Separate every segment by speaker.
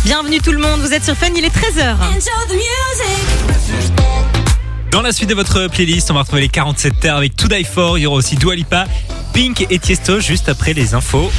Speaker 1: Bienvenue tout le monde, vous êtes sur Fun, il est 13h.
Speaker 2: Dans la suite de votre playlist, on va retrouver les 47 terres avec To Die For. Il y aura aussi Dua Lipa, Pink et Tiesto juste après les infos.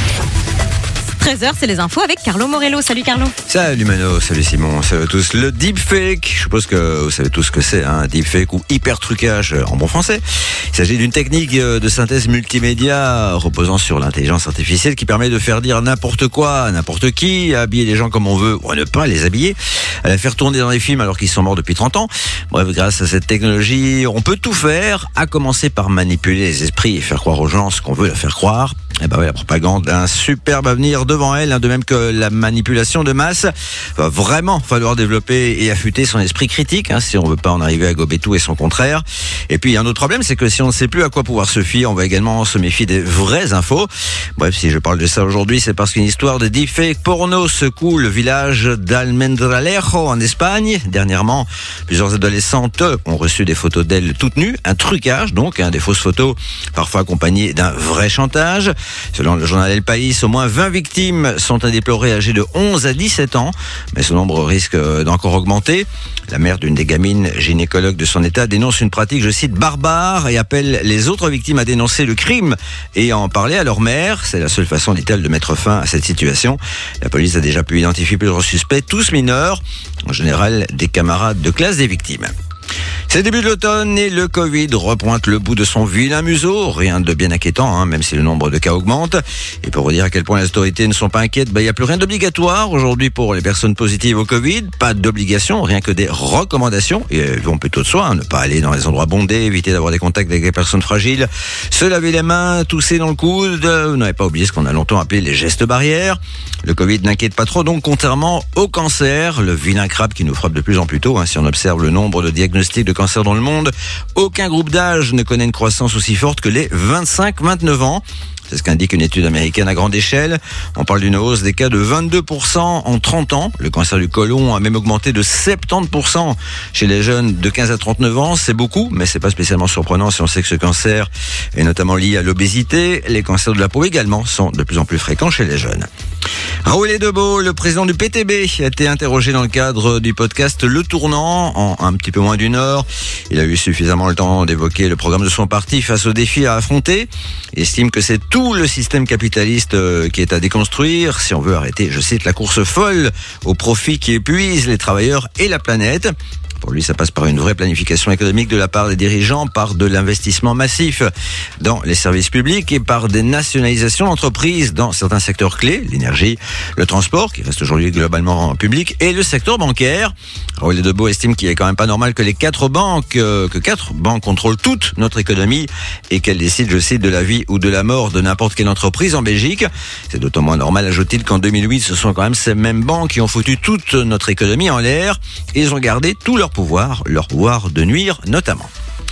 Speaker 1: 13h, c'est les infos avec Carlo Morello. Salut Carlo.
Speaker 3: Salut Mano, salut Simon, salut à tous. Le deepfake, je suppose que vous savez tous ce que c'est, hein, deepfake ou hyper trucage en bon français. Il s'agit d'une technique de synthèse multimédia reposant sur l'intelligence artificielle qui permet de faire dire n'importe quoi à n'importe qui, à habiller les gens comme on veut ou à ne pas les habiller, à la faire tourner dans des films alors qu'ils sont morts depuis 30 ans. Bref, grâce à cette technologie, on peut tout faire, à commencer par manipuler les esprits et faire croire aux gens ce qu'on veut leur faire croire. Et ben ouais, la propagande a un superbe avenir devant elle, de même que la manipulation de masse. Va vraiment falloir développer et affûter son esprit critique, si on veut pas en arriver à gober tout et son contraire. Et puis, un autre problème, c'est que si on ne sait plus à quoi pouvoir se fier, on va également se méfier des vraies infos. Bref, si je parle de ça aujourd'hui, c'est parce qu'une histoire de deepfake porno secoue le village d'Almendralejo en Espagne. Dernièrement, plusieurs adolescentes ont reçu des photos d'elles toutes nues, un trucage donc, des fausses photos, parfois accompagnées d'un vrai chantage. Selon le journal El País, au moins 20 victimes sont à déplorer âgées de 11 à 17 ans, mais ce nombre risque d'encore augmenter. La mère d'une des gamines, gynécologue de son état, dénonce une pratique, je cite, barbare et appelle les autres victimes à dénoncer le crime et à en parler à leur mère. C'est la seule façon, dit-elle, de mettre fin à cette situation. La police a déjà pu identifier plusieurs suspects, tous mineurs, en général des camarades de classe des victimes. C'est le début de l'automne et le Covid repointe le bout de son vilain museau. Rien de bien inquiétant, même si le nombre de cas augmente. Et pour vous dire à quel point les autorités ne sont pas inquiètes, il n'y a plus rien d'obligatoire aujourd'hui pour les personnes positives au Covid. Pas d'obligation, rien que des recommandations. Et elles vont plutôt de soi, ne pas aller dans les endroits bondés, éviter d'avoir des contacts avec des personnes fragiles, se laver les mains, tousser dans le coude. Vous n'avez pas oublié ce qu'on a longtemps appelé les gestes barrières. Le Covid n'inquiète pas trop, donc contrairement au cancer, le vilain crabe qui nous frappe de plus en plus tôt, si on observe le nombre de diagnostics de cancer dans le monde, aucun groupe d'âge ne connaît une croissance aussi forte que les 25-29 ans. C'est ce qu'indique une étude américaine à grande échelle. On parle d'une hausse des cas de 22% en 30 ans. Le cancer du côlon a même augmenté de 70% chez les jeunes de 15 à 39 ans. C'est beaucoup, mais c'est pas spécialement surprenant si on sait que ce cancer est notamment lié à l'obésité. Les cancers de la peau également sont de plus en plus fréquents chez les jeunes. Raoul Debeau, le président du PTB, a été interrogé dans le cadre du podcast Le Tournant en un petit peu moins d'une heure. Il a eu suffisamment le temps d'évoquer le programme de son parti face aux défis à affronter. Il estime que c'est tout le système capitaliste qui est à déconstruire si on veut arrêter, je cite, la course folle au profit qui épuise les travailleurs et la planète. Pour lui, ça passe par une vraie planification économique de la part des dirigeants, par de l'investissement massif dans les services publics et par des nationalisations d'entreprises dans certains secteurs clés, l'énergie, le transport, qui reste aujourd'hui globalement public, et le secteur bancaire. Raoul Debeau estime qu'il est quand même pas normal que quatre banques contrôlent toute notre économie et qu'elles décident, je cite, de la vie ou de la mort de n'importe quelle entreprise en Belgique. C'est d'autant moins normal, ajoute-t-il, qu'en 2008, ce sont quand même ces mêmes banques qui ont foutu toute notre économie en l'air et ils ont gardé tout leur pouvoir de nuire notamment.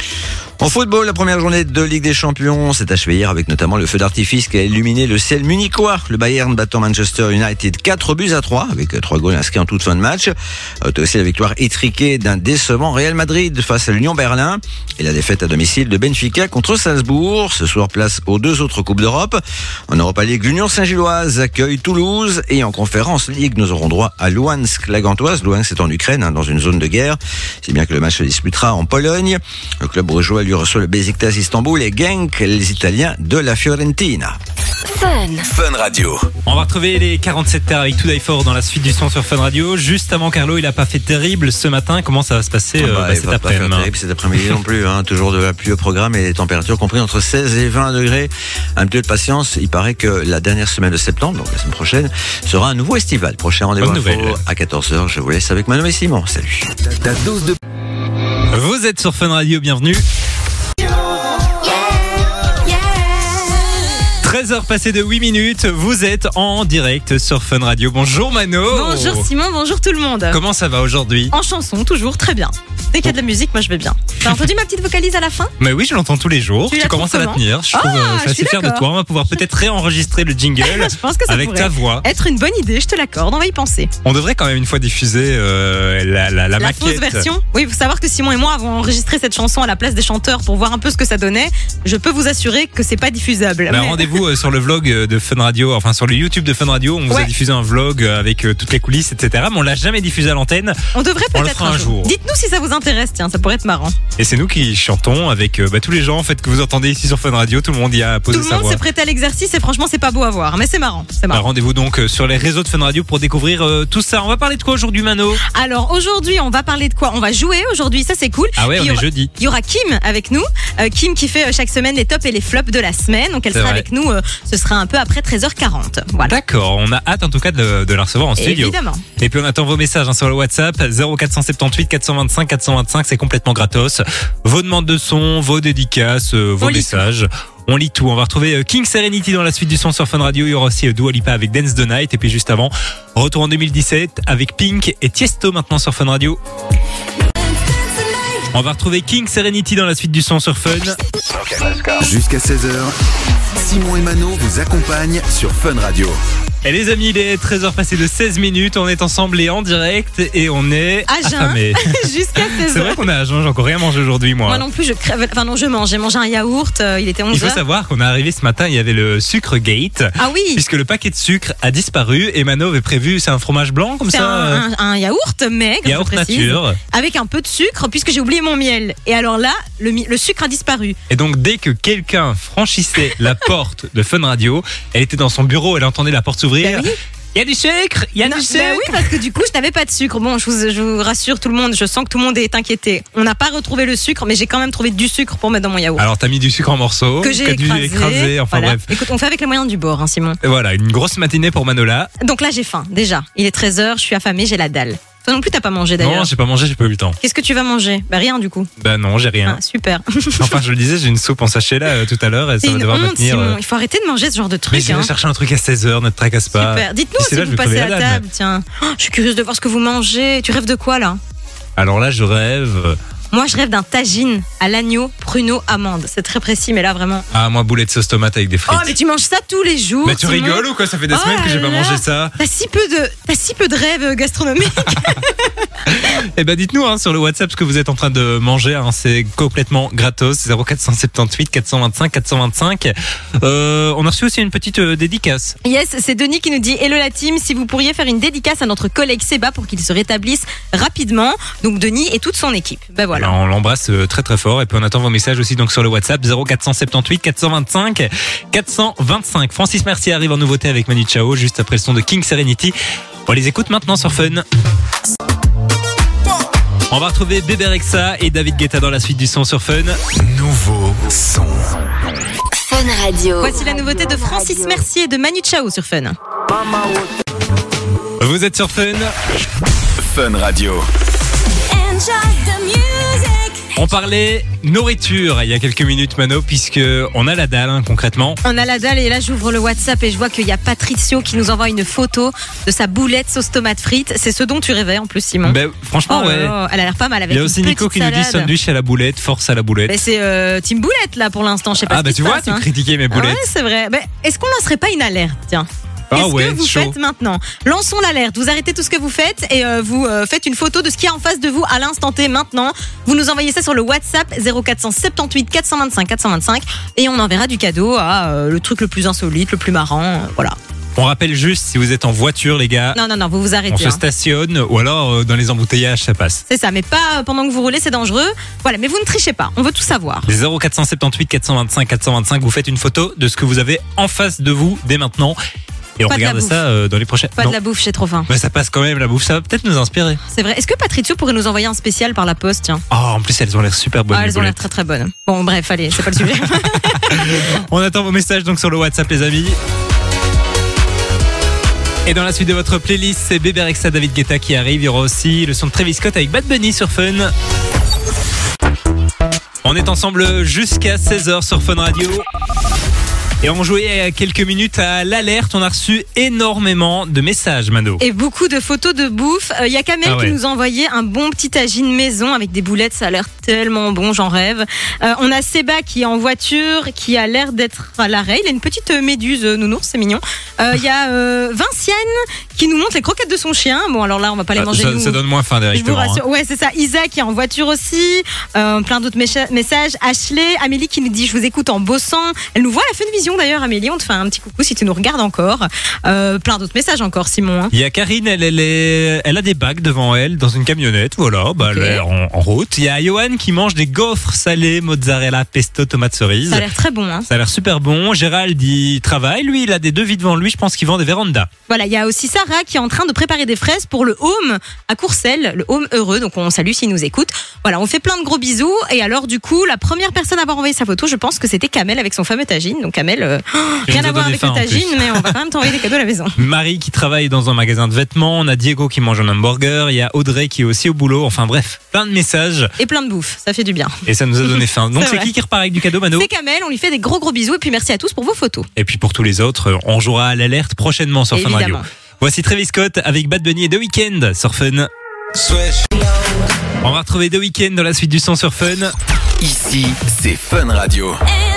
Speaker 3: En football, la première journée de Ligue des Champions s'est achevée hier avec notamment le feu d'artifice qui a illuminé le ciel munichois. Le Bayern battant Manchester United 4-3 avec 3 goals inscrits en toute fin de match. Aussi la victoire étriquée d'un décevant Real Madrid face à l'Union Berlin et la défaite à domicile de Benfica contre Salzbourg. Ce soir, place aux 2 autres Coupes d'Europe. En Europa League, l'Union Saint-Gilloise accueille Toulouse et en Conférence League, nous aurons droit à Louhansk, la Gantoise. Louhansk est en Ukraine, dans une zone de guerre. C'est bien que le match se disputera en Pologne. Le club brugeois lui reçoit le Beşiktaş Istanbul et Genk, les Italiens de la Fiorentina.
Speaker 4: Fun Radio.
Speaker 2: On va retrouver les 47 terres avec To Die For dans la suite du son sur Fun Radio. Juste avant, Carlo, il a pas fait terrible ce matin. Comment ça va se passer cet
Speaker 3: après-midi? Pas faire terrible cet après-midi non plus. Toujours de la pluie au programme et les températures comprises entre 16 et 20 degrés. Un peu de patience. Il paraît que la dernière semaine de septembre, donc la semaine prochaine, sera un nouveau estival. Prochain rendez-vous à 14h. Je vous laisse avec Manon et Simon. Salut.
Speaker 4: Ta dose de...
Speaker 2: Vous êtes sur Fun Radio, bienvenue. 13h passées de 8 minutes, vous êtes en direct sur Fun Radio. Bonjour Mano.
Speaker 1: Bonjour Simon, bonjour tout le monde.
Speaker 2: Comment ça va aujourd'hui?
Speaker 1: En chanson, toujours très bien. Dès qu'il y a de la musique, moi je vais bien. T'as entendu ma petite vocalise à la fin?
Speaker 2: Mais oui, je l'entends tous les jours. Tu commences à la tenir. Je suis assez fier de toi. On va pouvoir peut-être réenregistrer le jingle
Speaker 1: je pense que ça
Speaker 2: avec ta voix.
Speaker 1: Être une bonne idée, je te l'accorde, on va y penser.
Speaker 2: On devrait quand même une fois diffuser la maquette.
Speaker 1: Fausse version. Oui, il faut savoir que Simon et moi avons enregistré cette chanson à la place des chanteurs pour voir un peu ce que ça donnait. Je peux vous assurer que c'est pas diffusable.
Speaker 2: Mais rendez-vous vous sur le vlog de Fun Radio, enfin sur le YouTube de Fun Radio, on vous a diffusé un vlog avec toutes les coulisses, etc. Mais on l'a jamais diffusé à l'antenne.
Speaker 1: On devrait
Speaker 2: On le
Speaker 1: peut-être
Speaker 2: fera un jour.
Speaker 1: Dites-nous si ça vous intéresse, tiens, ça pourrait être marrant.
Speaker 2: Et c'est nous qui chantons avec tous les gens en fait que vous entendez ici sur Fun Radio. Tout le monde y a posé
Speaker 1: Tout le
Speaker 2: sa
Speaker 1: monde
Speaker 2: voix.
Speaker 1: s'est prêté à l'exercice et franchement, c'est pas beau à voir, mais c'est marrant. C'est marrant.
Speaker 2: Rendez-vous donc sur les réseaux de Fun Radio pour découvrir tout ça. On va parler de quoi aujourd'hui, Mano?
Speaker 1: Alors aujourd'hui, on va parler de quoi? On va jouer aujourd'hui, ça c'est cool.
Speaker 2: Ah ouais, on est jeudi.
Speaker 1: Il y aura Kim avec nous. Kim qui fait chaque semaine les tops et les flops de la semaine. Donc elle sera avec nous, ce sera un peu après 13h40. Voilà.
Speaker 2: D'accord, on a hâte en tout cas de la recevoir en studio.
Speaker 1: Évidemment.
Speaker 2: Et puis on attend vos messages sur le WhatsApp 0478 425 425, c'est complètement gratos. Vos demandes de son, vos dédicaces, vos messages. On lit tout. On va retrouver King Serenity dans la suite du son sur Fun Radio. Il y aura aussi Dua Lipa avec Dance the Night. Et puis juste avant, retour en 2017 avec Pink et Tiesto maintenant sur Fun Radio. On va retrouver King Serenity dans la suite du son sur Fun.
Speaker 4: Jusqu'à 16h, Simon et Mano vous accompagnent sur Fun Radio.
Speaker 2: Et les amis, il est 13h passé de 16 minutes. On est ensemble et en direct et on est
Speaker 1: à jeun jusqu'à 16h.
Speaker 2: C'est vrai qu'on est à jeun, j'ai encore rien mangé aujourd'hui, moi.
Speaker 1: Moi non plus, je crève. Enfin non, je mange. J'ai mangé un yaourt, il était 11h.
Speaker 2: Il faut savoir qu'on est arrivé ce matin, il y avait le sucre gate.
Speaker 1: Ah oui.
Speaker 2: Puisque le paquet de sucre a disparu et Mano avait prévu, c'est un fromage blanc comme ça.
Speaker 1: Un yaourt maigre,
Speaker 2: yaourt nature.
Speaker 1: Avec un peu de sucre puisque j'ai oublié mon miel. Et alors là, le sucre a disparu.
Speaker 2: Et donc dès que quelqu'un franchissait la porte de Fun Radio, elle était dans son bureau, elle entendait la porte s'ouvrir.
Speaker 1: Oui.
Speaker 2: Il y a du sucre, il y a du sucre.
Speaker 1: Oui, parce que du coup, je n'avais pas de sucre. Bon, je vous rassure tout le monde, je sens que tout le monde est inquiété. On n'a pas retrouvé le sucre, mais j'ai quand même trouvé du sucre pour mettre dans mon yaourt.
Speaker 2: Alors, t'as mis du sucre en morceaux,
Speaker 1: que j'ai
Speaker 2: écrasé, enfin
Speaker 1: voilà.
Speaker 2: bref.
Speaker 1: Écoute, on fait avec les moyens du bord, hein, Simon.
Speaker 2: Et voilà, une grosse matinée pour Manola.
Speaker 1: Donc là, j'ai faim, déjà. Il est 13h, je suis affamée, j'ai la dalle. Toi non plus, t'as pas mangé d'ailleurs.
Speaker 2: Non, j'ai pas mangé, j'ai pas eu le temps.
Speaker 1: Qu'est-ce que tu vas manger? Bah rien du coup.
Speaker 2: Bah non, j'ai rien.
Speaker 1: Ah, super.
Speaker 2: Enfin, je le disais, j'ai une soupe en sachet là tout à l'heure et ça va devoir me tenir.
Speaker 1: Simon. Il faut arrêter de manger ce genre de trucs.
Speaker 2: Mais j'irai chercher un truc à 16h, ne te tracasse pas.
Speaker 1: Super. Dites-nous si
Speaker 2: là,
Speaker 1: vous passez à table. Tiens, je suis curieuse de voir ce que vous mangez. Tu rêves de quoi là?
Speaker 2: Alors là, je rêve.
Speaker 1: Moi, je rêve d'un tagine à l'agneau, pruneau, amande. C'est très précis, mais là, vraiment.
Speaker 2: Ah, moi, boulet de sauce tomate avec des frites.
Speaker 1: Oh, mais tu manges ça tous les jours.
Speaker 2: Mais tu rigoles ou quoi? Ça fait des semaines que j'ai pas mangé ça.
Speaker 1: T'as si peu de rêves gastronomiques.
Speaker 2: Eh ben, dites-nous sur le WhatsApp ce que vous êtes en train de manger. C'est complètement gratos. 0478 425 425. On a reçu aussi une petite dédicace.
Speaker 1: Yes, c'est Denis qui nous dit: hello la team, si vous pourriez faire une dédicace à notre collègue Seba pour qu'il se rétablisse rapidement. Donc Denis et toute son équipe. Ben voilà.
Speaker 2: Alors, on l'embrasse très très fort et puis on attend vos messages aussi donc sur le WhatsApp 0478 425 425. Francis Mercier arrive en nouveauté avec Manu Chao juste après le son de King Serenity. On les écoute maintenant sur Fun. On va retrouver Bébé Rexha et David Guetta dans la suite du son sur Fun.
Speaker 4: Nouveau son.
Speaker 5: Fun Radio.
Speaker 1: Voici la nouveauté de Francis Mercier et de Manu Chao sur Fun.
Speaker 2: Vous êtes sur Fun.
Speaker 4: Fun Radio.
Speaker 2: On parlait nourriture il y a quelques minutes, Mano, puisque on a la dalle concrètement.
Speaker 1: On a la dalle et là j'ouvre le WhatsApp et je vois qu'il y a Patricio qui nous envoie une photo de sa boulette sauce tomate frites. C'est ce dont tu rêvais en plus, Simon.
Speaker 2: Ben, franchement, ouais.
Speaker 1: Elle a l'air pas mal avec.
Speaker 2: Il y a aussi Nico qui nous dit sandwich à la boulette, force à la boulette.
Speaker 1: Mais c'est Team Boulette là pour l'instant, je sais pas.
Speaker 2: Ah bah tu vois, tu critiquais mes boulettes.
Speaker 1: Ouais, c'est vrai. Ben, est-ce qu'on lancerait pas une alerte, tiens? Qu'est-ce que vous faites maintenant? Lançons l'alerte. Vous arrêtez tout ce que vous faites et vous faites une photo de ce qu'il y a en face de vous à l'instant T maintenant. Vous nous envoyez ça sur le WhatsApp 0478 425 425 et on enverra du cadeau à le truc le plus insolite, le plus marrant. Voilà.
Speaker 2: On rappelle juste, si vous êtes en voiture, les gars.
Speaker 1: Non, vous vous arrêtez.
Speaker 2: On se stationne ou alors dans les embouteillages, ça passe.
Speaker 1: C'est ça, mais pas pendant que vous roulez, c'est dangereux. Voilà, mais vous ne trichez pas. On veut tout savoir.
Speaker 2: 0478 425 425. Vous faites une photo de ce que vous avez en face de vous dès maintenant. Et on regarde ça dans les prochaines.
Speaker 1: Pas de la bouffe, j'ai trop faim.
Speaker 2: Mais ça passe quand même, la bouffe, ça va peut-être nous inspirer.
Speaker 1: C'est vrai. Est-ce que Patricio pourrait nous envoyer un spécial par la poste, tiens?
Speaker 2: Oh, en plus, elles ont l'air super bonnes.
Speaker 1: Ah, elles ont l'air très très bonnes. Bon, bref, allez, c'est pas le sujet.
Speaker 2: On attend vos messages donc sur le WhatsApp, les amis. Et dans la suite de votre playlist, c'est Bébé Rexha, David Guetta qui arrive. Il y aura aussi le son de Travis Scott avec Bad Bunny sur Fun. On est ensemble jusqu'à 16h sur Fun Radio. Et on jouait il y a quelques minutes à l'alerte. On a reçu énormément de messages, Mano.
Speaker 1: Et beaucoup de photos de bouffe. Il y a Kamel qui nous a envoyé un bon petit tagine maison avec des boulettes. Ça a l'air tellement bon, j'en rêve. On a Seba qui est en voiture, qui a l'air d'être à l'arrêt. Il a une petite méduse nounours, c'est mignon. Il y a Vinciane qui nous montre les croquettes de son chien. Bon, alors là, on va pas les manger.
Speaker 2: Ça donne moins faim directement.
Speaker 1: Je vous rassure. Ouais, c'est ça. Isa qui est en voiture aussi. Plein d'autres messages. Ashley, Amélie qui nous dit: je vous écoute en bossant. Elle nous voit à la Funvision vision d'ailleurs, Amélie. On te fait un petit coucou si tu nous regardes encore. Plein d'autres messages encore, Simon. Hein.
Speaker 2: Il y a Karine, elle a des bacs devant elle dans une camionnette. Voilà, elle est en route. Il y a Johan qui mange des gaufres salés, mozzarella, pesto, tomate cerise.
Speaker 1: Ça a l'air très bon. Hein.
Speaker 2: Ça a l'air super bon. Gérald, il travaille. Lui, il a des devis devant lui. Je pense qu'il vend des vérandas.
Speaker 1: Voilà, il y a aussi Sarah qui est en train de préparer des fraises pour le home à Courcelles, le home heureux. Donc on salue s'il nous écoute. Voilà, on fait plein de gros bisous. Et alors du coup, la première personne à avoir envoyé sa photo, je pense que c'était Kamel avec son fameux tagine. Donc Kamel, rien à voir avec le tagine, mais on va quand même t'envoyer des cadeaux à la maison.
Speaker 2: Marie qui travaille dans un magasin de vêtements. On a Diego qui mange un hamburger. Il y a Audrey qui est aussi au boulot. Enfin bref, plein de messages.
Speaker 1: Et plein de bouffe, ça fait du bien.
Speaker 2: Et ça nous a donné faim. Donc c'est qui repart avec du cadeau, Mano?
Speaker 1: C'est Kamel, on lui fait des gros bisous. Et puis merci à tous pour vos photos.
Speaker 2: Et puis pour tous les autres, on jouera à l'alerte prochainement sur Fun Radio. Voici Travis Scott avec Bad Bunny et The Weeknd sur Fun. On va retrouver The Weeknd dans la suite du son sur Fun.
Speaker 4: Ici, c'est Fun Radio.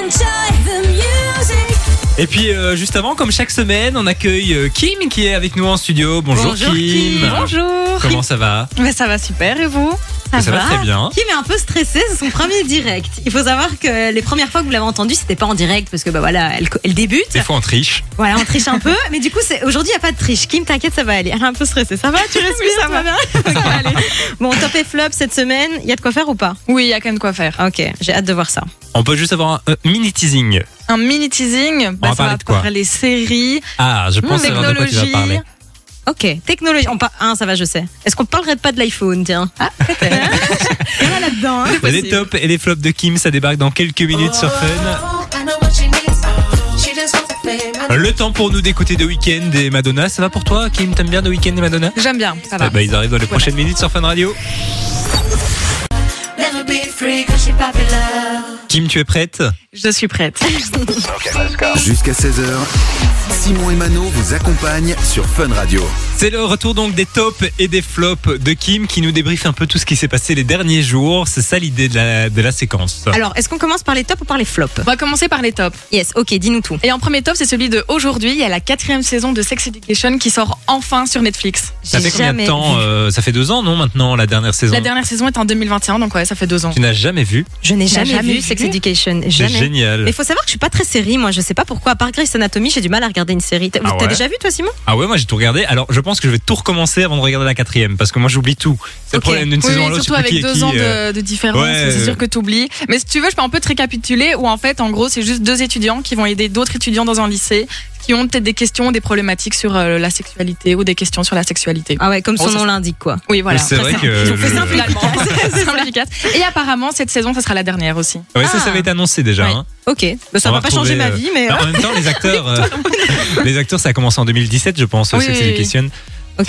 Speaker 2: Et puis juste avant, comme chaque semaine, on accueille Kim qui est avec nous en studio. Bonjour Kim.
Speaker 6: Bonjour.
Speaker 2: Comment ça va?
Speaker 6: Mais ça va super, et vous?
Speaker 2: Ça va très bien.
Speaker 1: Kim est un peu stressée, c'est son premier direct. Il faut savoir que les premières fois que vous l'avez entendu, c'était pas en direct parce que voilà, elle débute.
Speaker 2: Des fois on triche.
Speaker 1: Voilà, on triche un peu, mais du coup aujourd'hui il y a pas de triche. Kim, t'inquiète, ça va aller. Elle est un peu stressée. Ça va? Tu respires?
Speaker 6: Oui, ça va bien.
Speaker 1: Ça va aller. Bon, top et flop cette semaine, il y a de quoi faire ou pas?
Speaker 6: Oui, il y a quand même de quoi faire.
Speaker 1: OK, j'ai hâte de voir ça.
Speaker 2: On peut juste avoir un mini teasing.
Speaker 6: Un mini teasing,
Speaker 2: va parler de quoi?
Speaker 6: parler séries,
Speaker 2: Ah, je pense savoir de quoi tu vas parler.
Speaker 1: OK, technologie. Ça va, je sais. Est-ce qu'on parlerait pas de l'iPhone, tiens? Ah, peut-être. Il y en a là-dedans. Hein.
Speaker 2: Les tops et les flops de Kim, ça débarque dans quelques minutes sur Fun. Le temps pour nous d'écouter The Weeknd et Madonna. Ça va pour toi, Kim? T'aimes bien The Weeknd et Madonna?
Speaker 6: j'aime bien, ça va.
Speaker 2: Ils arrivent dans les prochaines minutes sur Fun Radio. Kim, tu es prête?
Speaker 6: Je suis prête.
Speaker 4: Jusqu'à 16h, Simon et Mano vous accompagnent sur Fun Radio.
Speaker 2: C'est le retour donc des tops et des flops de Kim qui nous débriefe un peu tout ce qui s'est passé les derniers jours. C'est ça l'idée de la séquence.
Speaker 1: Alors, est-ce qu'on commence par les tops ou par les flops?
Speaker 6: On va commencer par les tops.
Speaker 1: Yes, OK, dis-nous tout.
Speaker 6: Et en premier top, c'est celui de aujourd'hui. Il y a la 4e saison de Sex Education qui sort enfin sur Netflix.
Speaker 2: Ça fait combien de temps? Ça fait 2 ans, non, maintenant, la dernière saison?
Speaker 6: La dernière saison est en 2021, donc ouais, ça fait 2 ans.
Speaker 2: Tu n'as jamais vu?
Speaker 1: Je n'ai jamais vu Sex Education.
Speaker 2: C'est génial.
Speaker 1: Mais il faut savoir que je suis pas très série, moi. Je sais pas pourquoi. À part Grey's Anatomy, j'ai du mal à regarder une série. T'as déjà vu, toi, Simon?
Speaker 2: Ah ouais, moi j'ai tout regardé. Alors, je pense que je vais tout recommencer avant de regarder la 4e parce que moi j'oublie tout. C'est le problème d'une saison à l'autre.
Speaker 6: Surtout avec 2 ans de différence, c'est sûr que tu oublies. Mais si tu veux, je peux un peu te récapituler où en fait, en gros, c'est juste 2 étudiants qui vont aider d'autres étudiants dans un lycée qui ont peut-être des questions, des problématiques sur la sexualité ou des questions sur la sexualité.
Speaker 1: Ah ouais, comme son nom l'indique, quoi.
Speaker 6: Oui, voilà.
Speaker 2: C'est vrai que
Speaker 1: ils ont fait simple finalement.
Speaker 6: C'est simple, efficace. Et apparemment, cette saison, ça sera la dernière aussi.
Speaker 2: Ouais, ça va être annoncé déjà.
Speaker 1: Ouais.
Speaker 2: Hein.
Speaker 1: OK. Ça va pas changer ma vie, mais.
Speaker 2: En même temps, les acteurs, ça a commencé en 2017, je pense. Sex Education.
Speaker 1: OK.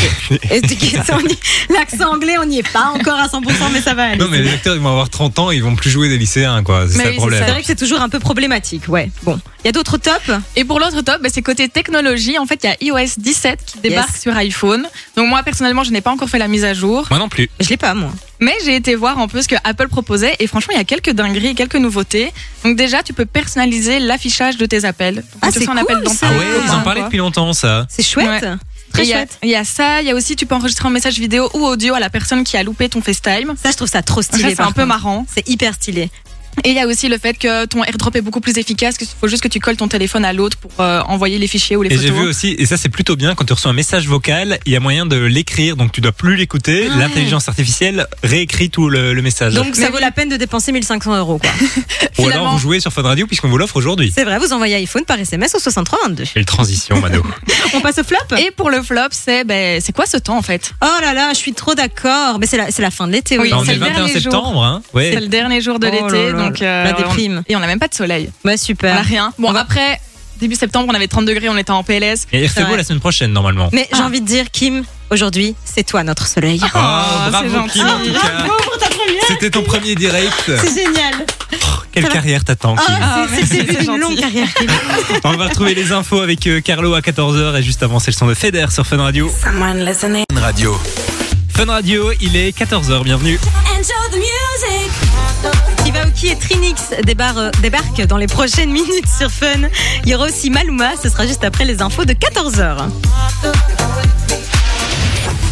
Speaker 1: L'accent anglais, on n'y est pas encore à 100%, mais ça va aller.
Speaker 2: Non, mais les acteurs, ils vont avoir 30 ans, ils vont plus jouer des lycéens, quoi. C'est ça le problème.
Speaker 1: C'est vrai que c'est toujours un peu problématique, ouais. Bon. Il y a d'autres tops?
Speaker 6: Et pour l'autre top, c'est côté technologie. En fait, il y a iOS 17 qui débarque sur iPhone. Donc moi, personnellement, je n'ai pas encore fait la mise à jour.
Speaker 2: Moi non plus.
Speaker 1: Je l'ai pas, moi.
Speaker 6: Mais j'ai été voir un peu ce que Apple proposait et franchement, il y a quelques dingueries, quelques nouveautés. Donc déjà, tu peux personnaliser l'affichage de tes appels. Donc,
Speaker 1: c'est cool, ça.
Speaker 2: Ah ouais, ils en parlaient depuis longtemps, ça.
Speaker 1: C'est chouette.
Speaker 6: Ouais.
Speaker 1: Très chouette.
Speaker 6: Il y a ça, il y a aussi tu peux enregistrer un message vidéo ou audio à la personne qui a loupé ton FaceTime.
Speaker 1: Ça, je trouve ça trop stylé.
Speaker 6: C'est un peu marrant.
Speaker 1: C'est hyper stylé.
Speaker 6: Et il y a aussi le fait que ton AirDrop est beaucoup plus efficace, qu'il faut juste que tu colles ton téléphone à l'autre pour envoyer les fichiers ou les photos.
Speaker 2: Et j'ai vu aussi, et ça c'est plutôt bien, quand tu reçois un message vocal, il y a moyen de l'écrire, donc tu dois plus l'écouter. Ouais. L'intelligence artificielle réécrit tout le message.
Speaker 1: Donc ça vaut la peine de dépenser 1 500 €, quoi.
Speaker 2: Ou alors vous jouez sur Fun Radio puisqu'on vous l'offre aujourd'hui.
Speaker 1: C'est vrai, vous envoyez iPhone par SMS au 6322.
Speaker 2: Quelle transition, Mano.
Speaker 1: On passe au flop.
Speaker 6: Et pour le flop, c'est quoi ce temps en fait?
Speaker 1: Oh là là, je suis trop d'accord. Mais c'est la fin de l'été.
Speaker 6: Oui,
Speaker 2: on est le 21 septembre. Hein.
Speaker 6: Ouais. C'est le dernier jour de l'été, donc
Speaker 1: la déprime.
Speaker 6: Et on n'a même pas de soleil.
Speaker 1: Bah super.
Speaker 6: On n'a rien. Bon, après, début septembre, on avait 30 degrés, on était en PLS.
Speaker 2: Et il fait beau la semaine prochaine, normalement.
Speaker 1: Mais j'ai envie de dire, Kim, aujourd'hui, c'est toi notre soleil.
Speaker 2: Oh, bravo Kim, en tout cas.
Speaker 1: Bravo pour ta première.
Speaker 2: C'était ton premier direct.
Speaker 1: C'est génial.
Speaker 2: Quelle carrière t'attends, Kim?
Speaker 1: C'est une longue carrière, Kim.
Speaker 2: On va retrouver les infos avec Carlo à 14h et juste avant, c'est le son de Feder sur Fun Radio.
Speaker 4: Fun Radio.
Speaker 2: Fun Radio, il est 14h, bienvenue.
Speaker 1: Kivaoki et Trinix débarquent dans les prochaines minutes sur Fun. Il y aura aussi Maluma, ce sera juste après les infos de 14h.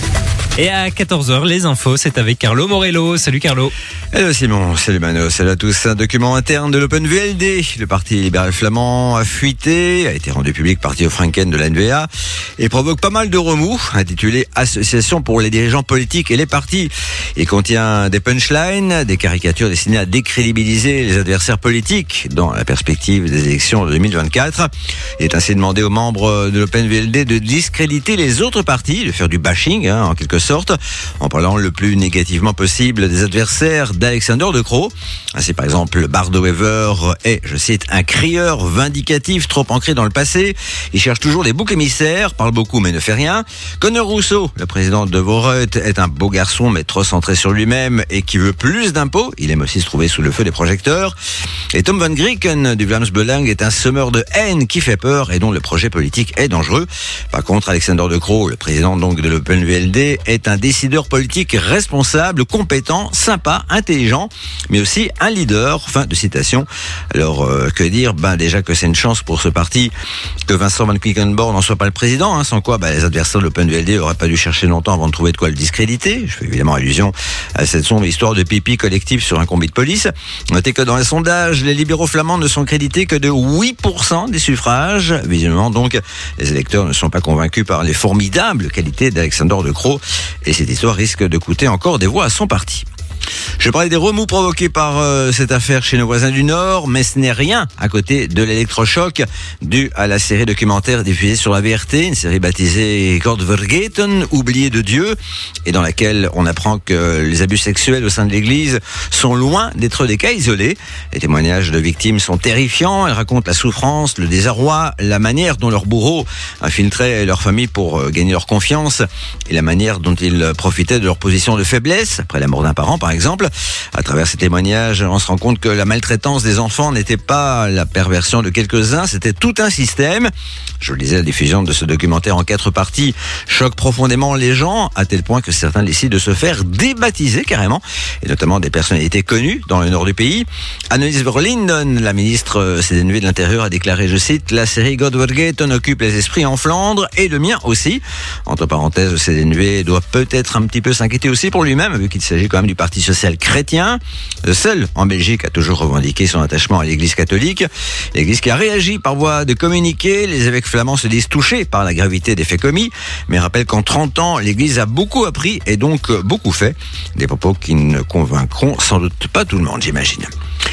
Speaker 2: Et à 14h, les infos, c'est avec Carlo Morello. Salut Carlo.
Speaker 3: Hello Simon, salut Mano, salut à tous. Un document interne de l'OpenVLD, le parti libéral flamand a fuité, a été rendu public par Theo Franken de la NVA et provoque pas mal de remous, intitulé Association pour les dirigeants politiques et les partis. Il contient des punchlines, des caricatures destinées à décrédibiliser les adversaires politiques dans la perspective des élections de 2024. Il est ainsi demandé aux membres de l'OpenVLD de discréditer les autres partis, de faire du bashing, en quelque sorte, en parlant le plus négativement possible des adversaires d'Alexander De Croo. Ainsi, par exemple, Bardo Wever est, je cite, un crieur vindicatif trop ancré dans le passé. Il cherche toujours des boucs émissaires, parle beaucoup mais ne fait rien. Conor Rousseau, le président de Voreut, est un beau garçon mais trop centré sur lui-même et qui veut plus d'impôts. Il aime aussi se trouver sous le feu des projecteurs. Et Tom van Grieken du Vlaams Belang est un semeur de haine qui fait peur et dont le projet politique est dangereux. Par contre, Alexander De Croo, le président donc de l'OpenVLD, est un décideur politique responsable, compétent, sympa, intelligent, mais aussi un leader. Fin de citation. Alors, que dire ? Déjà que c'est une chance pour ce parti que Vincent Van Quickenborne n'en soit pas le président, sans quoi les adversaires de l'OpenVLD n'auraient pas dû chercher longtemps avant de trouver de quoi le discréditer. Je fais évidemment allusion à cette sombre histoire de pipi collectif sur un combi de police. Notez que dans les sondages, les libéraux flamands ne sont crédités que de 8% des suffrages. Visiblement, donc, les électeurs ne sont pas convaincus par les formidables qualités d'Alexander De Croo. Et cette histoire risque de coûter encore des voix à son parti. Je parlais des remous provoqués par cette affaire chez nos voisins du Nord, mais ce n'est rien à côté de l'électrochoc dû à la série documentaire diffusée sur la VRT, une série baptisée God Vergeten, oublié de Dieu, et dans laquelle on apprend que les abus sexuels au sein de l'Église sont loin d'être des cas isolés. Les témoignages de victimes sont terrifiants, elles racontent la souffrance, le désarroi, la manière dont leurs bourreaux infiltraient leur famille pour gagner leur confiance, et la manière dont ils profitaient de leur position de faiblesse, après la mort d'un parent par exemple. À travers ces témoignages, on se rend compte que la maltraitance des enfants n'était pas la perversion de quelques-uns, c'était tout un système. Je le disais, la diffusion de ce documentaire en 4 parties choque profondément les gens, à tel point que certains décident de se faire débaptiser carrément, et notamment des personnalités connues dans le nord du pays. Annelies Verlinden, la ministre CDNV de l'Intérieur, a déclaré, je cite, « La série God Vergeten occupe les esprits en Flandre, et le mien aussi ». Entre parenthèses, le CDNV doit peut-être un petit peu s'inquiéter aussi pour lui-même, vu qu'il s'agit quand même du Parti social chrétien. Le seul en Belgique a toujours revendiqué son attachement à l'Église catholique. L'Église qui a réagi par voie de communiqué. Les évêques flamands se disent touchés par la gravité des faits commis, mais rappellent qu'en 30 ans, l'Église a beaucoup appris et donc beaucoup fait. Des propos qui ne convaincront sans doute pas tout le monde, j'imagine.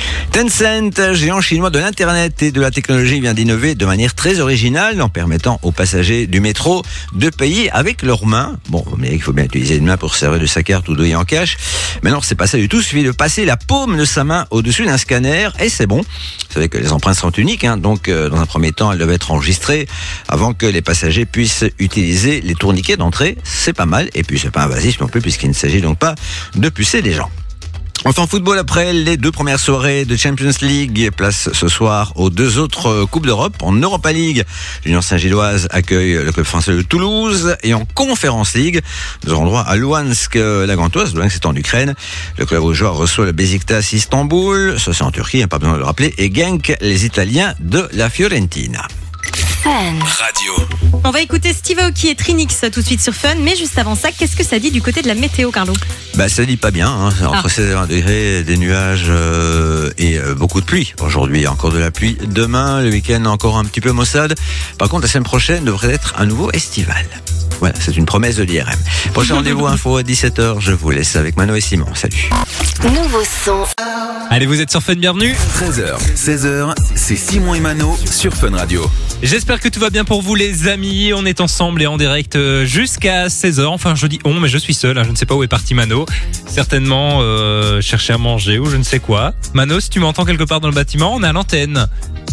Speaker 3: Tencent, géant chinois de l'internet et de la technologie, vient d'innover de manière très originale en permettant aux passagers du métro de payer avec leurs mains. Bon, mais il faut bien utiliser une main pour se servir de sa carte ou douiller en cash. Mais non, c'est pas ça du tout. Il suffit de passer la paume de sa main au-dessus d'un scanner et c'est bon. Vous savez que les empreintes sont uniques, donc dans un premier temps, elles doivent être enregistrées avant que les passagers puissent utiliser les tourniquets d'entrée. C'est pas mal et puis c'est pas invasif non plus puisqu'il ne s'agit donc pas de pucer les gens. Enfin, football après les 2 premières soirées de Champions League. Place ce soir aux 2 autres Coupes d'Europe. En Europa League, l'Union Saint-Gilloise accueille le club français de Toulouse. Et en Conference League, nous aurons droit à Luhansk, la Gantoise. Luhansk, c'est en Ukraine. Le club rougeois reçoit le Beşiktaş Istanbul. Ça, c'est en Turquie, pas besoin de le rappeler. Et Genk, les Italiens de la Fiorentina.
Speaker 5: Radio.
Speaker 1: On va écouter Steve Aoki et Trinix tout de suite sur Fun, mais juste avant ça, qu'est-ce que ça dit du côté de la météo, Carlo ?
Speaker 3: Ça dit pas bien, entre 16 et 20 degrés, des nuages et beaucoup de pluie. Aujourd'hui, encore de la pluie. Demain, le week-end, encore un petit peu maussade. Par contre, la semaine prochaine devrait être un nouveau estival. Voilà, c'est une promesse de l'IRM. Prochain rendez-vous info à 17h. Je vous laisse avec Mano et Simon. Salut.
Speaker 5: Nouveau son.
Speaker 2: Allez, vous êtes sur Fun, bienvenue.
Speaker 4: 13h, 16h, c'est Simon et Mano sur Fun Radio.
Speaker 2: J'espère que tout va bien pour vous les amis. On est ensemble et en direct jusqu'à 16h. Enfin, je dis on, mais je suis seul. Je ne sais pas où est parti Mano. Certainement chercher à manger ou je ne sais quoi. Mano, si tu m'entends quelque part dans le bâtiment, on est à l'antenne.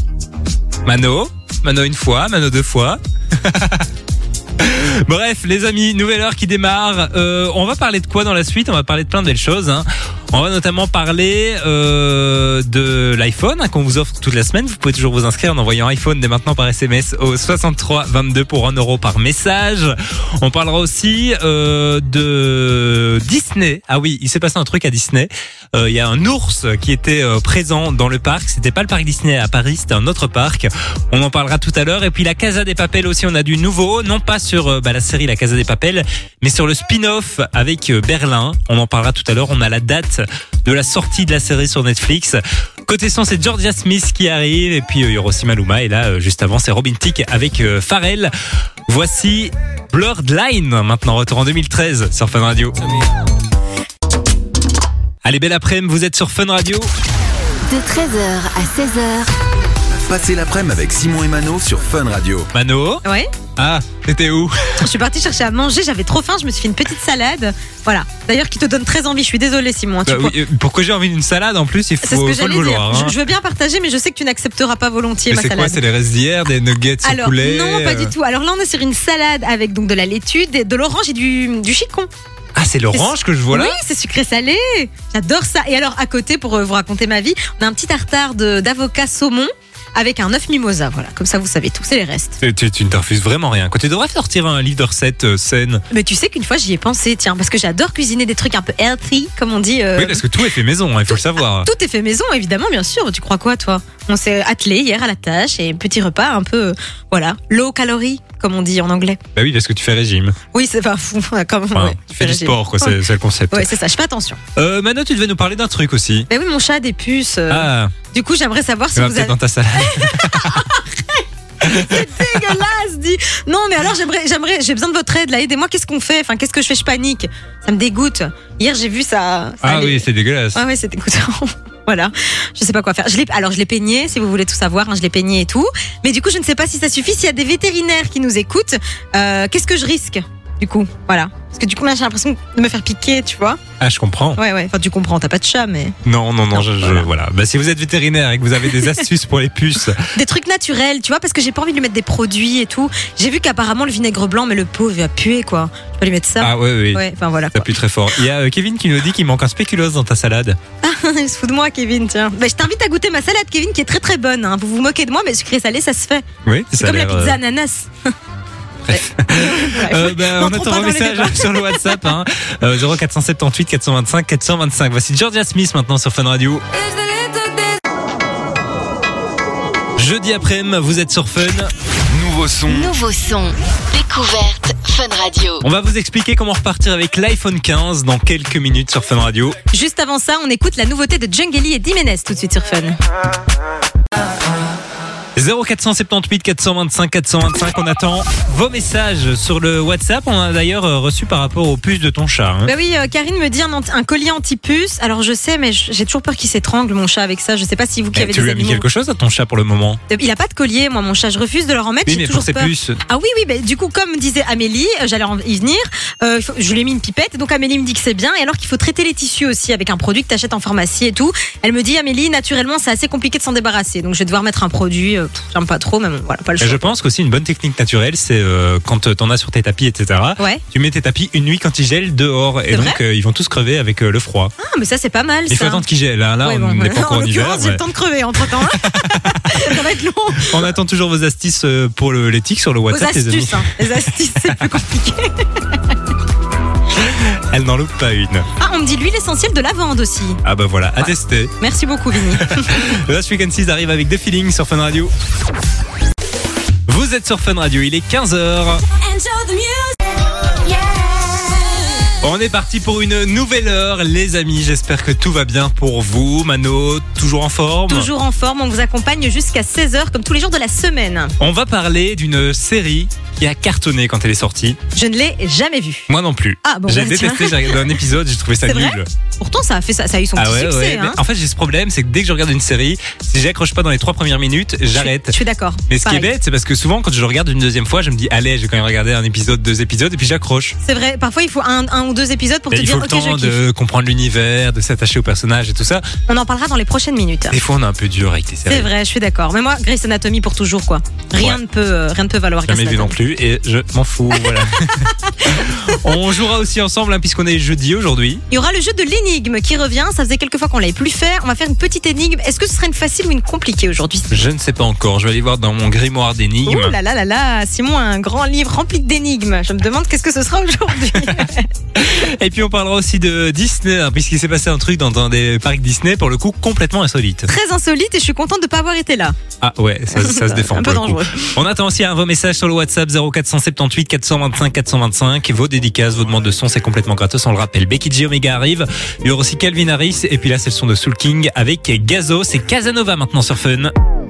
Speaker 2: Mano une fois, Mano 2 fois. Bref, les amis, nouvelle heure qui démarre. On va parler de quoi dans la suite ? On va parler de plein de belles choses. On va notamment parler de l'iPhone qu'on vous offre toute la semaine. Vous pouvez toujours vous inscrire en envoyant iPhone dès maintenant par SMS au 63 22 pour 1 € par message. On parlera aussi de Disney. Ah oui, il s'est passé un truc à Disney. Il y a un ours qui était présent dans le parc. C'était pas le parc Disney à Paris, c'était un autre parc. On en parlera tout à l'heure. Et puis la Casa des Papel aussi, on a du nouveau. Non pas sur la série La Casa des Papel, mais sur le spin-off avec Berlin. On en parlera tout à l'heure. On a la date de la sortie de la série sur Netflix. Côté son, c'est Georgia Smith qui arrive. Et puis il y aura aussi Maluma. Et là, juste avant, c'est Robin Thicke avec Pharrell. Voici Blurred Line. Maintenant, retour en 2013 sur Fun Radio. Allez, belle après-midi, vous êtes sur Fun Radio.
Speaker 5: De 13h à 16h.
Speaker 4: Passez l'après-midi avec Simon et Mano sur Fun Radio.
Speaker 2: Mano?
Speaker 1: Ouais.
Speaker 2: Ah, t'étais où?
Speaker 1: Je suis partie chercher à manger, j'avais trop faim, je me suis fait une petite salade. Voilà. D'ailleurs, qui te donne très envie. Je suis désolée, Simon.
Speaker 2: Oui, pourquoi j'ai envie d'une salade en plus? Il faut,
Speaker 1: c'est ce que
Speaker 2: faut le vouloir.
Speaker 1: dire.
Speaker 2: Hein.
Speaker 1: Je veux bien partager, mais je sais que tu n'accepteras pas volontiers
Speaker 2: mais
Speaker 1: ma salade.
Speaker 2: C'est quoi? C'est les restes d'hier, des nuggets au poulet?
Speaker 1: Non, pas du tout. Alors là, on est sur une salade avec donc de la laitue, de l'orange et du chicon.
Speaker 2: Ah, c'est l'orange que je vois là?
Speaker 1: Oui, c'est sucré salé. J'adore ça. Et alors, à côté, pour vous raconter ma vie, on a un petit tartare d'avocat saumon avec un œuf mimosa. Voilà, comme ça, vous savez tout. C'est les restes.
Speaker 2: Tu ne te refuses vraiment rien. Quand tu devrais sortir un livre de recettes saines.
Speaker 1: Mais tu sais qu'une fois, j'y ai pensé, tiens, parce que j'adore cuisiner des trucs un peu healthy, comme on dit.
Speaker 2: Oui, parce que tout est fait maison, il faut le savoir.
Speaker 1: Tout est fait maison, évidemment, bien sûr. Tu crois quoi, toi? On s'est attelé hier à la tâche et petit repas un peu, low calorie, comme on dit en anglais.
Speaker 2: Bah oui, parce que tu fais régime.
Speaker 1: Oui, c'est pas fou.
Speaker 2: Tu fais du sport, quoi, c'est le concept.
Speaker 1: Oui, c'est ça, je fais attention.
Speaker 2: Mano, tu devais nous parler d'un truc aussi.
Speaker 1: Bah oui, mon chat a des puces.
Speaker 2: Ah.
Speaker 1: Du coup, j'aimerais savoir si vous avez...
Speaker 2: dans ta salade.
Speaker 1: C'est dégueulasse, dit. Non, mais alors j'ai besoin de votre aide là. Aidez-moi. Qu'est-ce qu'on fait? Enfin, qu'est-ce que je fais? Je panique. Ça me dégoûte. Hier, j'ai vu ça.
Speaker 2: Oui, c'est dégueulasse.
Speaker 1: Ouais, c'est dégoûtant. Voilà, je sais pas quoi faire. Je l'ai peigné, si vous voulez tout savoir, je l'ai peigné et tout. Mais du coup, je ne sais pas si ça suffit. S'il y a des vétérinaires qui nous écoutent, qu'est-ce que je risque? Du coup, voilà. Parce que du coup, j'ai l'impression de me faire piquer, tu vois.
Speaker 2: Ah, je comprends.
Speaker 1: Ouais. Enfin, tu comprends, t'as pas de chat, mais.
Speaker 2: Non, voilà. Bah, si vous êtes vétérinaire et que vous avez des astuces pour les puces.
Speaker 1: Des trucs naturels, tu vois, parce que j'ai pas envie de lui mettre des produits et tout. J'ai vu qu'apparemment, le vinaigre blanc, mais le pauvre, il va puer, quoi. Je peux pas lui mettre ça.
Speaker 2: Ah, oui.
Speaker 1: Ouais, enfin, voilà.
Speaker 2: Ça pue très fort. Il y a Kevin qui nous dit qu'il manque un spéculoos dans ta salade.
Speaker 1: Ah, il se fout de moi, Kevin, tiens. Bah, je t'invite à goûter ma salade, Kevin, qui est très très bonne. Hein. Vous vous moquez de moi, mais sucré salé, ça se fait.
Speaker 2: Oui,
Speaker 1: c'est comme la pizza ananas.
Speaker 2: Bref. On attend un message sur le WhatsApp 0478 425 425. Voici Georgia Smith maintenant sur Fun Radio. Jeudi après-midi, vous êtes sur Fun.
Speaker 4: Nouveau son.
Speaker 5: Découverte Fun Radio.
Speaker 2: On va vous expliquer comment repartir avec l'iPhone 15 dans quelques minutes sur Fun Radio.
Speaker 1: Juste avant ça, on écoute la nouveauté de Djungeli et Dimenez tout de suite sur Fun.
Speaker 2: 0478 425 425, on attend vos messages sur le WhatsApp. On a d'ailleurs reçu par rapport aux puces de ton chat. Hein.
Speaker 1: Bah oui, Karine me dit un collier anti-puce. Alors je sais, mais j'ai toujours peur qu'il s'étrangle mon chat avec ça. Je sais pas si vous qui avez des animaux.
Speaker 2: Tu lui as mis quelque chose à ton chat pour le moment?
Speaker 1: Il a pas de collier, moi mon chat. Je refuse de leur en mettre.
Speaker 2: Oui, mais pour ses puces.
Speaker 1: Ah oui, bah, du coup comme disait Amélie, j'allais y venir. Je lui ai mis une pipette. Donc Amélie me dit que c'est bien. Et alors qu'il faut traiter les tissus aussi avec un produit que t'achètes en pharmacie et tout. Elle me dit Amélie, naturellement c'est assez compliqué de s'en débarrasser. Donc je vais devoir mettre un produit. J'aime pas trop, mais bon, voilà, pas le choix.
Speaker 2: Et je pense qu'aussi une bonne technique naturelle, c'est quand t'en as sur tes tapis, etc.
Speaker 1: Ouais.
Speaker 2: Tu mets tes tapis une nuit quand ils gèlent dehors, et donc ils vont tous crever avec le froid.
Speaker 1: Ah, mais ça c'est pas mal.
Speaker 2: Il faut attendre qu'ils gèlent. Là,
Speaker 1: ouais,
Speaker 2: on n'est pas encore en hiver.
Speaker 1: J'ai le temps de crever entre temps. Ça va être long.
Speaker 2: On attend toujours vos astuces pour les tics sur le WhatsApp.
Speaker 1: Vos astuces, les astuces, c'est plus compliqué.
Speaker 2: Elle n'en loupe pas une.
Speaker 1: Ah, on me dit l'huile essentielle de lavande aussi.
Speaker 2: Ah bah voilà, à tester.
Speaker 1: Merci beaucoup, Vinny.
Speaker 2: Last Weekend 6 arrive avec The Feeling sur Fun Radio. Vous êtes sur Fun Radio, il est 15h. On est parti pour une nouvelle heure, les amis. J'espère que tout va bien pour vous. Mano, toujours en forme?
Speaker 1: Toujours en forme. On vous accompagne jusqu'à 16h, comme tous les jours de la semaine.
Speaker 2: On va parler d'une série qui a cartonné quand elle est sortie.
Speaker 1: Je ne l'ai jamais vue.
Speaker 2: Moi non plus.
Speaker 1: Ah bon,
Speaker 2: j'ai détesté, j'ai regardé un épisode, j'ai trouvé ça nul.
Speaker 1: Vrai? Pourtant, ça a eu son petit succès.
Speaker 2: Ouais.
Speaker 1: Hein.
Speaker 2: En fait, j'ai ce problème, c'est que dès que je regarde une série, si j'accroche pas dans les 3 premières minutes, j'arrête.
Speaker 1: Je suis d'accord.
Speaker 2: Mais ce qui est bête, c'est parce que souvent, quand je regarde une deuxième fois, je me dis, allez, je vais quand même regarder un épisode, 2 épisodes, et puis j'accroche.
Speaker 1: C'est vrai. Parfois, il faut un ou 2 épisodes pour te dire, ok, je kiffe.
Speaker 2: Il faut le temps de comprendre l'univers, de s'attacher au personnage et tout ça.
Speaker 1: On en parlera dans les prochaines minutes.
Speaker 2: Des fois, on est un peu dur avec tes séries.
Speaker 1: C'est vrai, je suis d'accord. Mais moi, Grey's Anatomy pour toujours, quoi. Rien ne peut valoir Grey's Anatomy.
Speaker 2: Jamais vu non plus. plus et je m'en fous. Voilà. On jouera aussi ensemble puisqu'on est jeudi aujourd'hui.
Speaker 1: Il y aura le jeu de l'énigme qui revient. Ça faisait quelques fois qu'on l'avait plus fait. On va faire une petite énigme. Est-ce que ce serait une facile ou une compliquée aujourd'hui?
Speaker 2: Je ne sais pas encore. Je vais aller voir dans mon grimoire d'énigmes.
Speaker 1: Oh là là là là, Simon a un grand livre rempli d'énigmes. Je me demande qu'est-ce que ce sera aujourd'hui.
Speaker 2: Et puis on parlera aussi de Disney puisqu'il s'est passé un truc dans des parcs Disney pour le coup complètement insolite.
Speaker 1: Très insolite et je suis contente de ne pas avoir été là.
Speaker 2: Ah ouais, ça se défend.
Speaker 1: Un peu dangereux.
Speaker 2: On attend aussi vos messages sur le WhatsApp 0478 425 425. Vos dédicaces, vos demandes de son, c'est complètement gratos. On le rappelle, Becky G Omega arrive. Il y aura aussi Calvin Harris. Et puis là, c'est le son de Soul King avec Gazo. C'est Casanova maintenant sur Fun.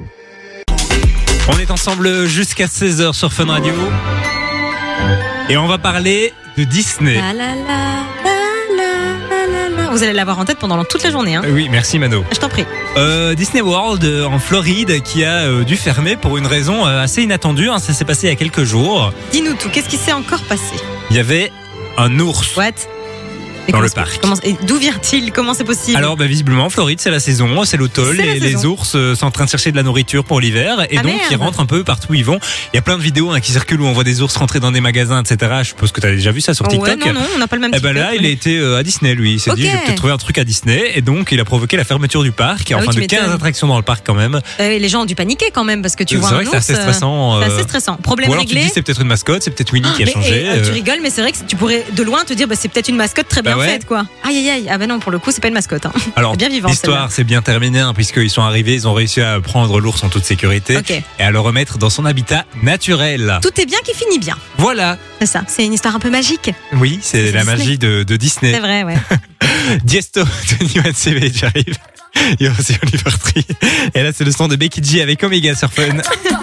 Speaker 2: On est ensemble jusqu'à 16h sur Fun Radio. Et on va parler de Disney.
Speaker 1: La la la. Vous allez l'avoir en tête pendant toute la journée. Hein.
Speaker 2: Oui, merci Mano.
Speaker 1: Je t'en prie.
Speaker 2: Disney World en Floride qui a dû fermer pour une raison assez inattendue. Ça s'est passé il y a quelques jours.
Speaker 1: Dis-nous tout, qu'est-ce qui s'est encore passé?
Speaker 2: Il y avait un ours.
Speaker 1: What?
Speaker 2: Dans le parc.
Speaker 1: Et d'où vient-il? Comment c'est possible?
Speaker 2: Alors visiblement en Floride c'est la saison, c'est l'automne, les ours sont en train de chercher de la nourriture pour l'hiver et donc ils rentrent un peu partout où ils vont. Il y a plein de vidéos qui circulent où on voit des ours rentrer dans des magasins, etc. Je suppose que tu as déjà vu ça sur TikTok.
Speaker 1: Ouais, non, on n'a pas le même TikTok.
Speaker 2: Là il a été à Disney lui, il s'est dit je vais peut-être trouver un truc à Disney et donc il a provoqué la fermeture du parc, enfin de 15 attractions dans le parc quand même.
Speaker 1: Les gens ont dû paniquer quand même parce que tu vois
Speaker 2: un ours. C'est assez stressant.
Speaker 1: C'est assez stressant. Problème
Speaker 2: ou alors
Speaker 1: réglé.
Speaker 2: Tu dis c'est peut-être une mascotte, c'est peut-être Winnie qui a changé.
Speaker 1: Tu rigoles mais c'est vrai que tu pourrais de loin te dire c'est peut-être une mascotte très bien faite quoi. Aïe, ah ben non, pour le coup, c'est pas une mascotte. Hein.
Speaker 2: Alors,
Speaker 1: bien vivant,
Speaker 2: l'histoire, c'est bien terminé, puisqu'ils sont arrivés, ils ont réussi à prendre l'ours en toute sécurité et à le remettre dans son habitat naturel.
Speaker 1: Tout est bien qui finit bien.
Speaker 2: Voilà.
Speaker 1: C'est ça, c'est une histoire un peu magique.
Speaker 2: Oui, c'est la magie de Disney.
Speaker 1: C'est vrai, ouais.
Speaker 2: Diesto, 21 CV, j'arrive. Il y a aussi Oliver Tree. Et là, c'est le son de Becky G avec Omega sur Fun.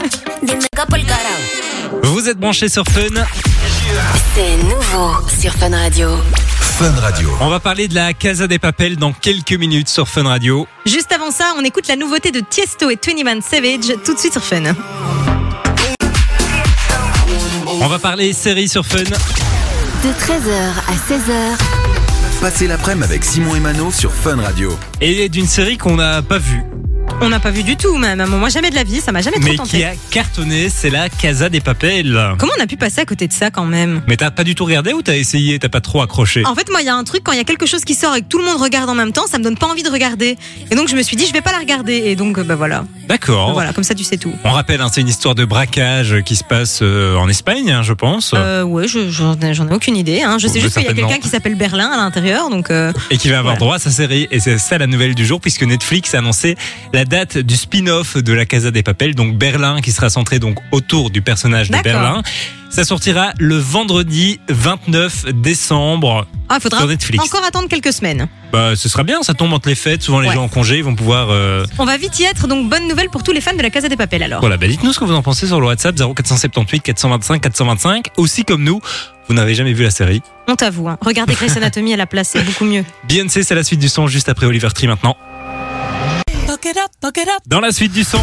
Speaker 2: Vous êtes branchés sur Fun.
Speaker 5: C'est nouveau sur Fun Radio.
Speaker 4: Fun Radio.
Speaker 2: On va parler de la Casa des Papel dans quelques minutes sur Fun Radio.
Speaker 1: Juste avant ça, on écoute la nouveauté de Tiesto et 21 Savage tout de suite sur Fun.
Speaker 2: On va parler série sur Fun.
Speaker 5: De 13h à 16h.
Speaker 4: Passez l'après-midi avec Simon et Mano sur Fun Radio.
Speaker 2: Et d'une série qu'on n'a pas vue.
Speaker 1: On n'a pas vu du tout même. Moi jamais de la vie, ça m'a jamais trop tenté.
Speaker 2: Mais qui a cartonné, c'est la Casa des Papel.
Speaker 1: Comment on a pu passer à côté de ça quand même?
Speaker 2: Mais t'as pas du tout regardé ou t'as essayé, t'as pas trop accroché?
Speaker 1: En fait moi il y a un truc, quand il y a quelque chose qui sort et que tout le monde regarde en même temps, ça me donne pas envie de regarder. Et donc je me suis dit je vais pas la regarder et donc voilà.
Speaker 2: D'accord.
Speaker 1: Voilà, comme ça tu sais tout.
Speaker 2: On rappelle, c'est une histoire de braquage qui se passe en Espagne, je pense.
Speaker 1: Ouais, j'en ai aucune idée. Je sais juste qu'il y a quelqu'un qui s'appelle Berlin à l'intérieur, donc.
Speaker 2: Et qui va avoir droit à sa série. Et c'est ça la nouvelle du jour, puisque Netflix a annoncé la date du spin-off de la Casa des Papel, donc Berlin, qui sera centré donc autour du personnage de Berlin. Ça sortira le vendredi 29 décembre sur Netflix.
Speaker 1: Encore attendre quelques semaines.
Speaker 2: Ce sera bien, ça tombe entre les fêtes. Souvent les gens en congé, ils vont pouvoir.
Speaker 1: On va vite y être, donc bonne nouvelle pour tous les fans de la Casa des Papel alors.
Speaker 2: Voilà, dites-nous ce que vous en pensez sur le WhatsApp 0478 425 425. Aussi comme nous, vous n'avez jamais vu la série.
Speaker 1: On t'avoue, regardez Grey's Anatomy à la place, c'est beaucoup mieux.
Speaker 2: Beyoncé, c'est la suite du son juste après Oliver Tree maintenant. Dans la suite du son,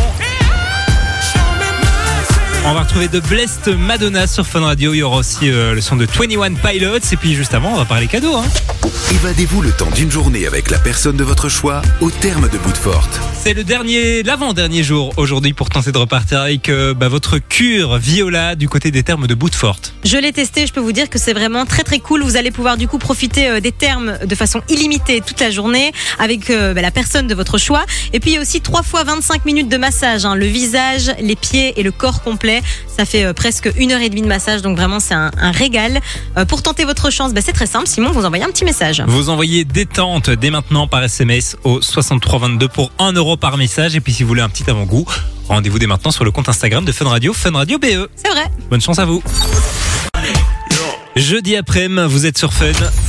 Speaker 2: on va retrouver de Blessed Madonna sur Fun Radio. Il y aura aussi le son de 21 Pilots. Et puis juste avant, on va parler cadeaux.
Speaker 4: Évadez-vous le temps d'une journée avec la personne de votre choix au terme de Boutefort.
Speaker 2: C'est l'avant-dernier jour aujourd'hui pour tenter de repartir avec votre cure Viola du côté des termes de Boutefort.
Speaker 1: Je l'ai testé, je peux vous dire que c'est vraiment très très cool. Vous allez pouvoir du coup profiter des termes de façon illimitée toute la journée avec la personne de votre choix. Et puis il y a aussi 3 fois 25 minutes de massage, le visage, les pieds et le corps complet. Ça fait presque 1h30 de massage, donc vraiment c'est un régal. Pour tenter votre chance, c'est très simple. Simon, vous envoyez un petit message.
Speaker 2: Vous envoyez détente dès maintenant par SMS au 6322 pour 1 euro par message. Et puis si vous voulez un petit avant-goût, rendez-vous dès maintenant sur le compte Instagram de Fun Radio BE.
Speaker 1: C'est vrai.
Speaker 2: Bonne chance à vous. Jeudi après-midi, vous êtes sur Fun.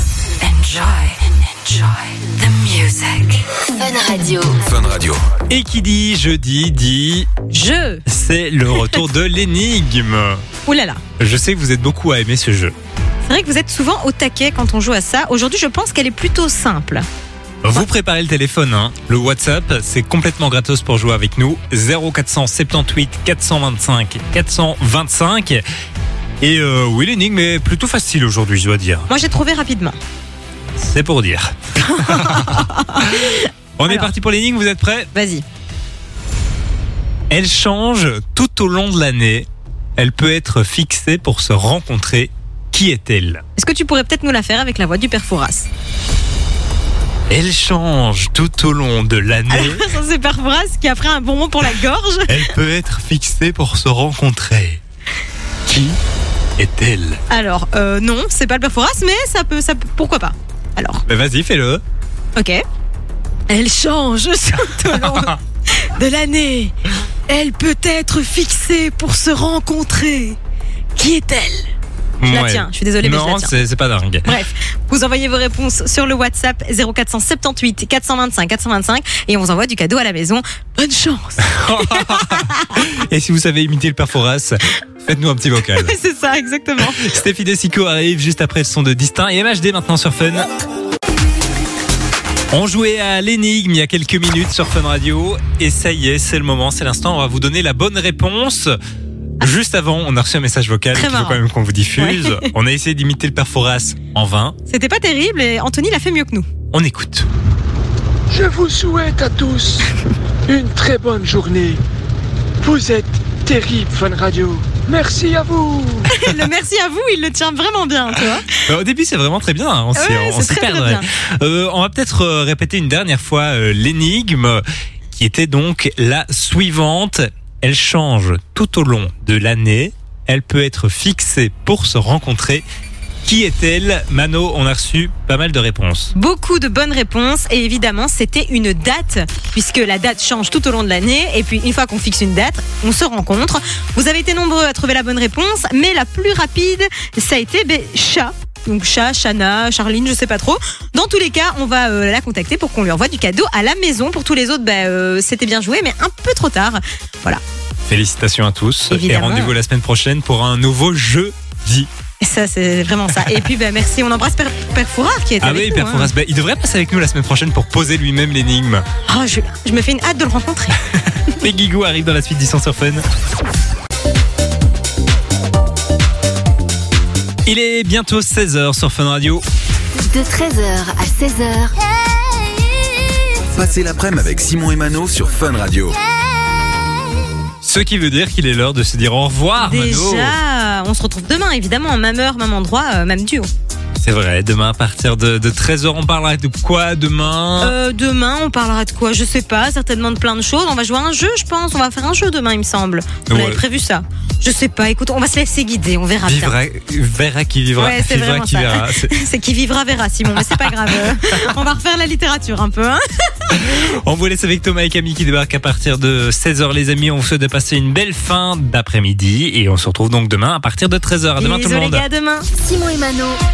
Speaker 5: Enjoy the music. Fun Radio.
Speaker 4: Fun Radio.
Speaker 2: Et qui dit jeudi dit
Speaker 1: jeu.
Speaker 2: C'est le retour de l'énigme.
Speaker 1: Ouh là là.
Speaker 2: Je sais que vous êtes beaucoup à aimer ce jeu.
Speaker 1: C'est vrai que vous êtes souvent au taquet quand on joue à ça. Aujourd'hui, je pense qu'elle est plutôt simple.
Speaker 2: Vous préparez le téléphone, le WhatsApp, c'est complètement gratos pour jouer avec nous. 0478 425 425. Et oui, l'énigme est plutôt facile aujourd'hui, je dois dire.
Speaker 1: Moi, j'ai trouvé rapidement.
Speaker 2: C'est pour dire. On est parti pour l'énigme, vous êtes prêts?
Speaker 1: Vas-y.
Speaker 2: Elle change tout au long de l'année. Elle peut être fixée pour se rencontrer. Qui est-elle ?
Speaker 1: Est-ce que tu pourrais peut-être nous la faire avec la voix du père Fouras ?
Speaker 2: Elle change tout au long de l'année.
Speaker 1: Alors, ça c'est père Fouras qui a pris un bonbon pour la gorge.
Speaker 2: Elle peut être fixée pour se rencontrer. Qui est-elle ?
Speaker 1: Alors, non, c'est pas le père Fouras, mais ça peut, pourquoi pas ? Alors.
Speaker 2: Mais vas-y, fais-le.
Speaker 1: Ok. Elle change tout au long de l'année. Elle peut être fixée pour se rencontrer. Qui est-elle ? Je la tiens, je suis désolée, mais je la tiens.
Speaker 2: Non, c'est pas dingue.
Speaker 1: Bref, vous envoyez vos réponses sur le WhatsApp 0478 425 425 et on vous envoie du cadeau à la maison. Bonne chance.
Speaker 2: Et si vous savez imiter le père Fouras, faites-nous un petit vocal.
Speaker 1: C'est ça, exactement.
Speaker 2: Stéphie Desico arrive juste après le son de Distinct et MHD maintenant sur Fun. On jouait à l'énigme il y a quelques minutes sur Fun Radio et ça y est, c'est le moment, c'est l'instant, on va vous donner la bonne réponse. Juste avant, on a reçu un message vocal qu'il faut quand même qu'on vous diffuse. Ouais. On a essayé d'imiter le père Fouras en vain.
Speaker 1: C'était pas terrible et Anthony l'a fait mieux que nous.
Speaker 2: On écoute.
Speaker 7: Je vous souhaite à tous une très bonne journée. Vous êtes terrible, Fun Radio. Merci à vous.
Speaker 1: Le merci à vous, il le tient vraiment bien, tu vois.
Speaker 2: Au début, c'est vraiment très bien. On s'y perdrait. On va peut-être répéter une dernière fois l'énigme qui était donc la suivante. Elle change tout au long de l'année. Elle peut être fixée pour se rencontrer. Qui est-elle ? Mano, on a reçu pas mal de réponses.
Speaker 1: Beaucoup de bonnes réponses. Et évidemment, c'était une date, puisque la date change tout au long de l'année. Et puis, une fois qu'on fixe une date, on se rencontre. Vous avez été nombreux à trouver la bonne réponse. Mais la plus rapide, ça a été chat. Donc chat, Chana, Charline, je sais pas trop. Dans tous les cas, on va la contacter pour qu'on lui envoie du cadeau à la maison. Pour tous les autres, c'était bien joué, mais un peu trop tard. Voilà.
Speaker 2: Félicitations à tous.
Speaker 1: Évidemment.
Speaker 2: Et rendez-vous la semaine prochaine pour un nouveau jeudi.
Speaker 1: Ça, c'est vraiment ça. Et puis, merci. On embrasse Père Fourard qui est avec nous. Ah oui,
Speaker 2: Père Fourard. Il devrait passer avec nous la semaine prochaine pour poser lui-même l'énigme.
Speaker 1: Oh, je me fais une hâte de le rencontrer.
Speaker 2: Et Guigou arrive dans la suite du son sur Fun. Il est bientôt 16h sur Fun Radio.
Speaker 5: De 13h à 16h.
Speaker 4: Passez l'après-midi avec Simon et Mano sur Fun Radio.
Speaker 2: Ce qui veut dire qu'il est l'heure de se dire au revoir, Mano.
Speaker 1: Déjà, on se retrouve demain, évidemment, même heure, même endroit, même duo.
Speaker 2: C'est vrai, demain à partir de 13h, on parlera de quoi demain ?
Speaker 1: Demain, on parlera de quoi ? Je sais pas, certainement de plein de choses. On va jouer à un jeu, je pense. On va faire un jeu demain, il me semble. On avait prévu ça. Je sais pas, écoute, on va se laisser guider, on verra bien.
Speaker 2: Verra qui vivra,
Speaker 1: ouais, c'est
Speaker 2: vivra qui verra.
Speaker 1: C'est qui vivra verra, Simon, mais c'est pas grave. On va refaire la littérature un peu. Hein.
Speaker 2: On vous laisse avec Thomas et Camille qui débarquent à partir de 16h, les amis. On vous souhaite de passer une belle fin d'après-midi et on se retrouve donc demain à partir de 13h. À demain tout le monde.
Speaker 1: Les gars, à demain.
Speaker 5: Simon et Mano.